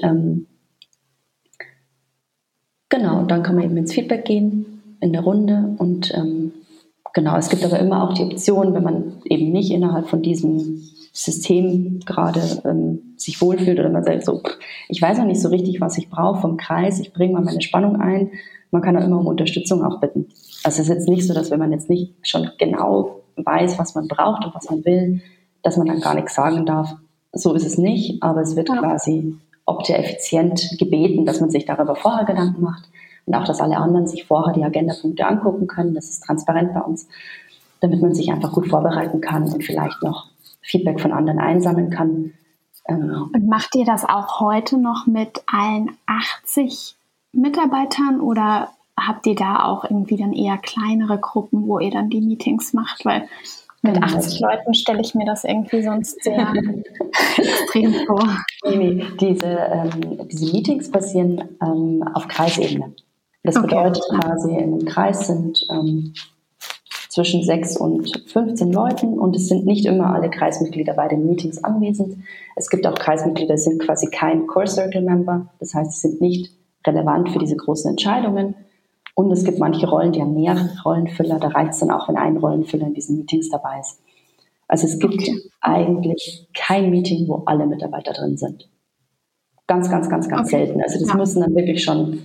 genau, dann kann man eben ins Feedback gehen, in der Runde. Und genau, es gibt aber immer auch die Option, wenn man eben nicht innerhalb von diesem System gerade sich wohlfühlt oder man sagt so, ich weiß noch nicht so richtig, was ich brauche vom Kreis, ich bringe mal meine Spannung ein. Man kann auch immer um Unterstützung auch bitten. Also es ist jetzt nicht so, dass wenn man jetzt nicht schon genau weiß, was man braucht und was man will, dass man dann gar nichts sagen darf. So ist es nicht, aber es wird quasi optisch effizient gebeten, dass man sich darüber vorher Gedanken macht und auch, dass alle anderen sich vorher die Agendapunkte angucken können. Das ist transparent bei uns, damit man sich einfach gut vorbereiten kann und vielleicht noch Feedback von anderen einsammeln kann. Und macht ihr das auch heute noch mit allen 80 Mitarbeitern oder habt ihr da auch irgendwie dann eher kleinere Gruppen, wo ihr dann die Meetings macht? Weil mit 80 Leuten stelle ich mir das irgendwie sonst sehr extrem vor. Nee, diese Meetings passieren auf Kreisebene. Das bedeutet quasi, in einem Kreis sind zwischen 6 und 15 Leuten und es sind nicht immer alle Kreismitglieder bei den Meetings anwesend. Es gibt auch Kreismitglieder, die sind quasi kein Core Circle Member, das heißt, sie sind nicht relevant für diese großen Entscheidungen. Und es gibt manche Rollen, die haben mehrere Rollenfüller, da reicht es dann auch, wenn ein Rollenfüller in diesen Meetings dabei ist. Also es gibt eigentlich kein Meeting, wo alle Mitarbeiter drin sind. Ganz selten. Also das müssen dann wirklich schon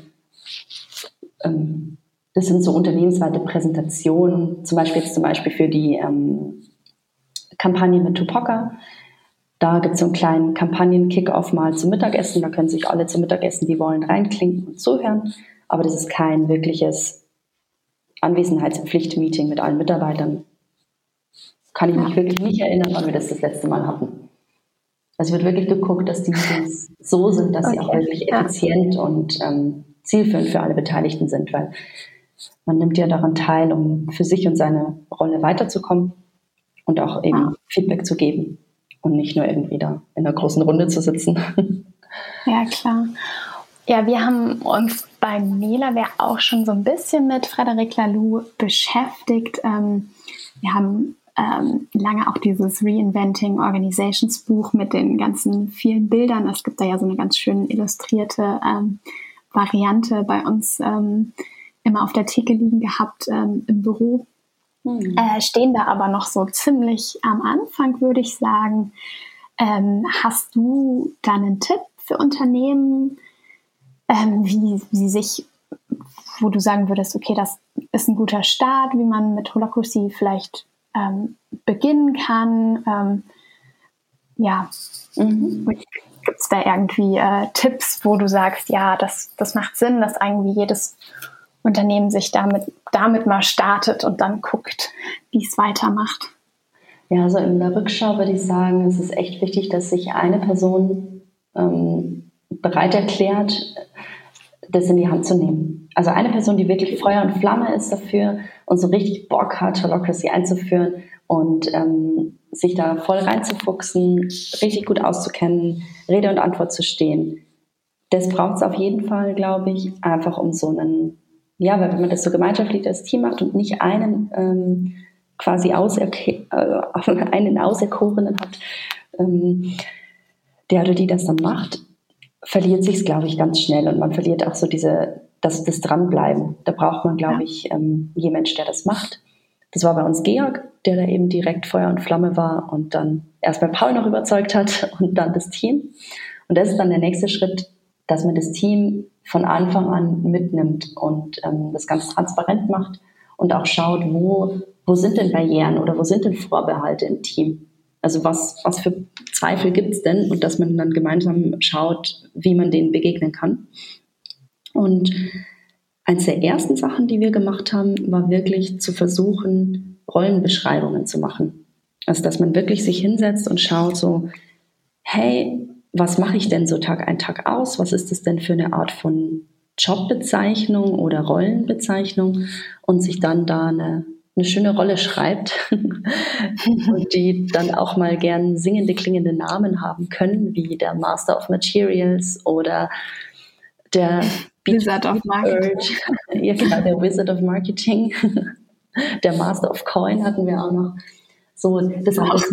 das sind so unternehmensweite Präsentationen, zum Beispiel für die Kampagne mit Tupoka. Da gibt es so einen kleinen Kampagnen-Kick-Off mal zum Mittagessen. Da können sich alle zum Mittagessen, die wollen, reinklinken und zuhören. Aber das ist kein wirkliches Anwesenheitspflicht-Meeting mit allen Mitarbeitern. Kann ich mich wirklich nicht erinnern, wann wir das letzte Mal hatten. Es wird wirklich geguckt, dass die Meetings so sind, dass sie auch wirklich effizient und zielführend für alle Beteiligten sind, weil man nimmt ja daran teil, um für sich und seine Rolle weiterzukommen und auch eben Feedback zu geben und nicht nur irgendwie da in einer großen Runde zu sitzen. Ja, klar. Ja, wir haben uns bei Melaver auch schon so ein bisschen mit Frédéric Laloux beschäftigt. Wir haben lange auch dieses Reinventing Organizations Buch mit den ganzen vielen Bildern. Es gibt da ja so eine ganz schön illustrierte Variante bei uns immer auf der Theke liegen gehabt im Büro. Stehen da aber noch so ziemlich am Anfang, würde ich sagen. Hast du da einen Tipp für Unternehmen, wie sie sich, wo du sagen würdest, okay, das ist ein guter Start, wie man mit Holacracy vielleicht beginnen kann? Gibt es da irgendwie Tipps, wo du sagst, ja, das macht Sinn, dass irgendwie jedes Unternehmen sich damit mal startet und dann guckt, wie es weitermacht? Ja, also in der Rückschau würde ich sagen, es ist echt wichtig, dass sich eine Person bereit erklärt, das in die Hand zu nehmen. Also eine Person, die wirklich Feuer und Flamme ist dafür und so richtig Bock hat, Holacracy einzuführen und sich da voll reinzufuchsen, richtig gut auszukennen, Rede und Antwort zu stehen. Das braucht es auf jeden Fall, glaube ich, einfach um so einen, weil wenn man das so gemeinschaftlich als Team macht und nicht einen quasi einen Auserkorenen hat, der oder die das dann macht, verliert sich es, glaube ich, ganz schnell und man verliert auch so das Dranbleiben. Da braucht man, glaube ich, jeden Mensch, der das macht. Das war bei uns Georg, der da eben direkt Feuer und Flamme war und dann erst bei Paul noch überzeugt hat und dann das Team. Und das ist dann der nächste Schritt, dass man das Team von Anfang an mitnimmt und das ganz transparent macht und auch schaut, wo sind denn Barrieren oder wo sind denn Vorbehalte im Team? Also was für Zweifel gibt es denn? Und dass man dann gemeinsam schaut, wie man denen begegnen kann. Und eins der ersten Sachen, die wir gemacht haben, war wirklich zu versuchen, Rollenbeschreibungen zu machen. Also, dass man wirklich sich hinsetzt und schaut so, hey, was mache ich denn so Tag ein, Tag aus? Was ist das denn für eine Art von Jobbezeichnung oder Rollenbezeichnung? Und sich dann da eine schöne Rolle schreibt und die dann auch mal gern singende, klingende Namen haben können, wie der Master of Materials oder der Wizard of Marketing. Ja, genau, der Wizard of Marketing. Der Master of Coin hatten wir auch noch. So, das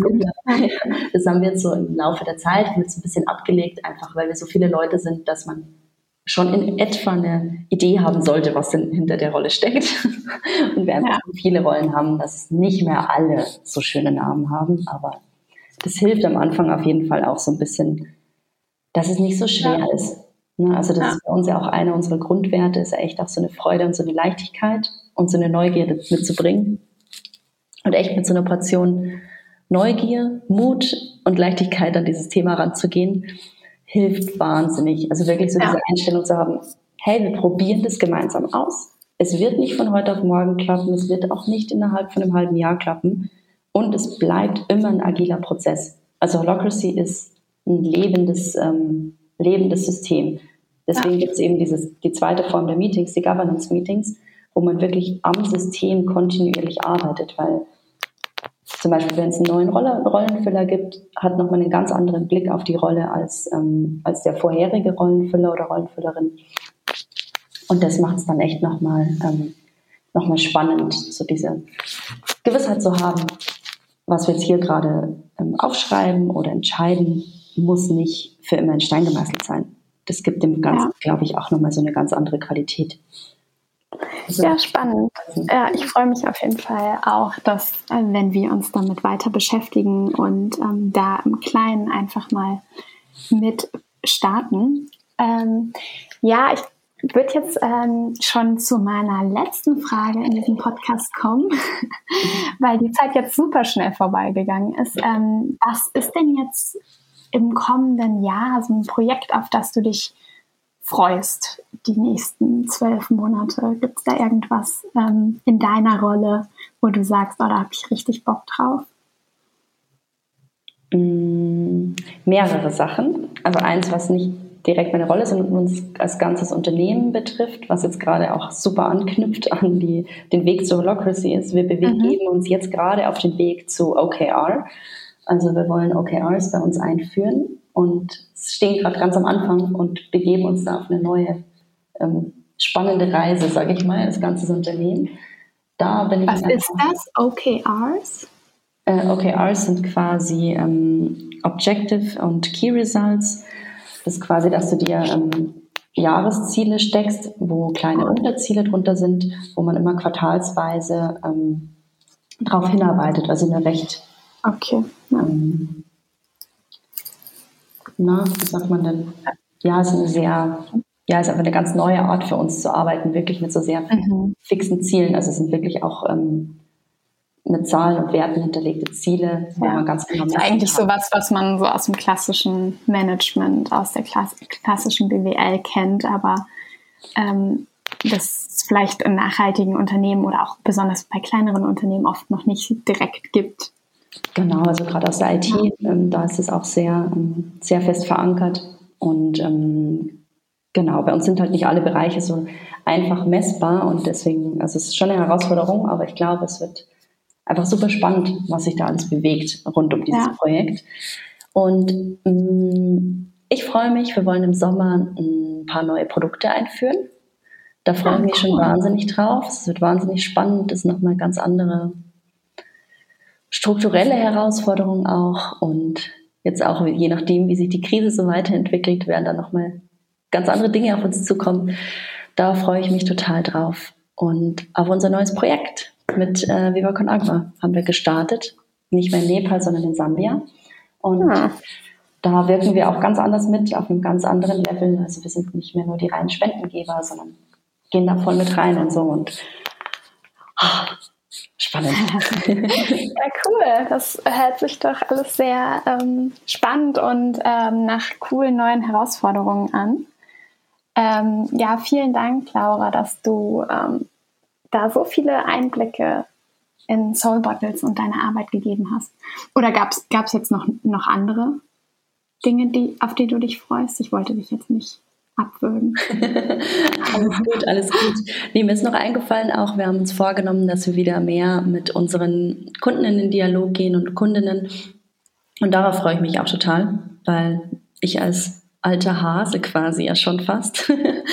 haben wir jetzt so im Laufe der Zeit mit so ein bisschen abgelegt, einfach weil wir so viele Leute sind, dass man schon in etwa eine Idee haben sollte, was denn hinter der Rolle steckt. Und wir einfach so viele Rollen haben, dass nicht mehr alle so schöne Namen haben. Aber das hilft am Anfang auf jeden Fall auch so ein bisschen, dass es nicht so schwer ist. Also das ist bei uns ja auch einer unserer Grundwerte, ist ja echt auch so eine Freude und so eine Leichtigkeit und so eine Neugierde mitzubringen. Und echt mit so einer Portion Neugier, Mut und Leichtigkeit an dieses Thema ranzugehen, hilft wahnsinnig. Also wirklich so diese Einstellung zu haben, hey, wir probieren das gemeinsam aus. Es wird nicht von heute auf morgen klappen, es wird auch nicht innerhalb von einem halben Jahr klappen und es bleibt immer ein agiler Prozess. Also Holacracy ist ein lebendes System. Deswegen gibt es eben die zweite Form der Meetings, die Governance-Meetings, wo man wirklich am System kontinuierlich arbeitet, weil zum Beispiel, wenn es einen neuen Rollenfüller gibt, hat nochmal einen ganz anderen Blick auf die Rolle als der vorherige Rollenfüller oder Rollenfüllerin. Und das macht es dann echt nochmal spannend, so diese Gewissheit zu haben, was wir jetzt hier gerade aufschreiben oder entscheiden, muss nicht für immer in Stein gemeißelt sein. Das gibt dem Ganzen, glaube ich, auch nochmal so eine ganz andere Qualität. Ja, spannend. Ja, ich freue mich auf jeden Fall auch, dass, wenn wir uns damit weiter beschäftigen und da im Kleinen einfach mal mit starten. Ich würde jetzt schon zu meiner letzten Frage in diesem Podcast kommen, weil die Zeit jetzt super schnell vorbeigegangen ist. Was ist denn jetzt im kommenden Jahr so ein Projekt, auf das du dich freust, die nächsten 12 Monate? Gibt es da irgendwas in deiner Rolle, wo du sagst, da habe ich richtig Bock drauf? Mehrere Sachen. Also eins, was nicht direkt meine Rolle ist, sondern uns als ganzes Unternehmen betrifft, was jetzt gerade auch super anknüpft an den Weg zur Holacracy ist. Wir begeben uns jetzt gerade auf den Weg zu OKR. Also wir wollen OKRs bei uns einführen und stehen gerade ganz am Anfang und begeben uns da auf eine neue, spannende Reise, sage ich mal, als ganzes Unternehmen. Was ist das, OKRs? OKRs sind quasi Objective und Key Results. Das ist quasi, dass du dir Jahresziele steckst, wo kleine Unterziele drunter sind, wo man immer quartalsweise drauf hinarbeitet, also eine recht wie sagt man denn? Ja, ist ist einfach eine ganz neue Art für uns zu arbeiten, wirklich mit so sehr fixen Zielen. Also es sind wirklich auch mit Zahlen und Werten hinterlegte Ziele, wo man ganz genau messen kann. Eigentlich sowas, was man so aus dem klassischen Management, aus der klassischen BWL kennt, aber das es vielleicht in nachhaltigen Unternehmen oder auch besonders bei kleineren Unternehmen oft noch nicht direkt gibt. Genau, also gerade aus der IT, da ist es auch sehr, sehr fest verankert. Und genau, bei uns sind halt nicht alle Bereiche so einfach messbar und deswegen, also es ist schon eine Herausforderung, aber ich glaube, es wird einfach super spannend, was sich da alles bewegt rund um dieses Projekt. Und ich freue mich, wir wollen im Sommer ein paar neue Produkte einführen. Da freue ich mich schon wahnsinnig drauf. Es wird wahnsinnig spannend, das ist nochmal ganz andere strukturelle Herausforderungen auch und jetzt auch je nachdem, wie sich die Krise so weiterentwickelt, werden da nochmal ganz andere Dinge auf uns zukommen. Da freue ich mich total drauf. Und auf unser neues Projekt mit Viva Con Agua haben wir gestartet. Nicht mehr in Nepal, sondern in Sambia. Und da wirken wir auch ganz anders mit, auf einem ganz anderen Level. Also wir sind nicht mehr nur die reinen Spendengeber, sondern gehen da voll mit rein und so. Und spannend. Ja, cool. Das hört sich doch alles sehr spannend und nach coolen neuen Herausforderungen an. Ja, vielen Dank, Laura, dass du da so viele Einblicke in Soul Bottles und deine Arbeit gegeben hast. Oder gab's jetzt noch andere Dinge, auf die du dich freust? Ich wollte dich jetzt nicht abwürgen. Alles gut. Nee, mir ist noch eingefallen auch, wir haben uns vorgenommen, dass wir wieder mehr mit unseren Kunden in den Dialog gehen und Kundinnen. Und darauf freue ich mich auch total, weil ich als alter Hase quasi ja schon fast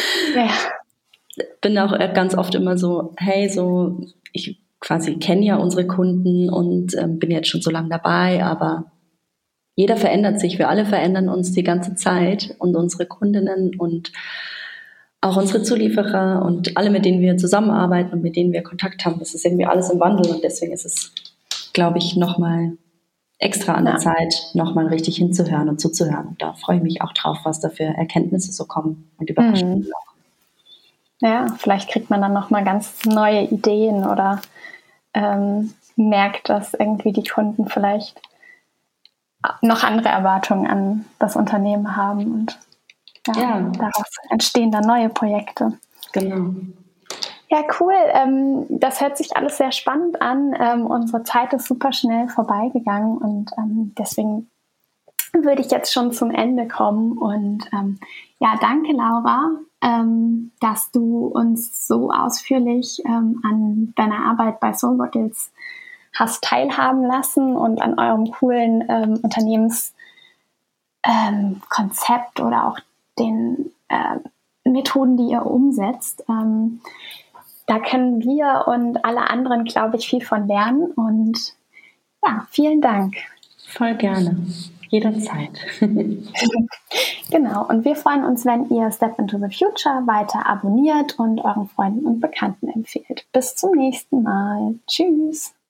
bin auch ganz oft immer so, hey, so ich quasi kenne ja unsere Kunden und bin jetzt schon so lange dabei, aber jeder verändert sich, wir alle verändern uns die ganze Zeit und unsere Kundinnen und auch unsere Zulieferer und alle, mit denen wir zusammenarbeiten und mit denen wir Kontakt haben, das ist irgendwie alles im Wandel und deswegen ist es, glaube ich, nochmal extra an der Zeit, nochmal richtig hinzuhören und zuzuhören. Und da freue ich mich auch drauf, was da für Erkenntnisse so kommen und Überraschungen auch. Ja, vielleicht kriegt man dann nochmal ganz neue Ideen oder merkt, dass irgendwie die Kunden vielleicht noch andere Erwartungen an das Unternehmen haben und daraus entstehen dann neue Projekte. Genau. Ja, cool. Das hört sich alles sehr spannend an. Unsere Zeit ist super schnell vorbeigegangen und deswegen würde ich jetzt schon zum Ende kommen. Und danke, Laura, dass du uns so ausführlich an deiner Arbeit bei Soul Bottles hast teilhaben lassen und an eurem coolen Unternehmenskonzept oder auch den Methoden, die ihr umsetzt. Da können wir und alle anderen, glaube ich, viel von lernen. Und ja, vielen Dank. Voll gerne. Jederzeit. Genau. Und wir freuen uns, wenn ihr Step into the Future weiter abonniert und euren Freunden und Bekannten empfehlt. Bis zum nächsten Mal. Tschüss.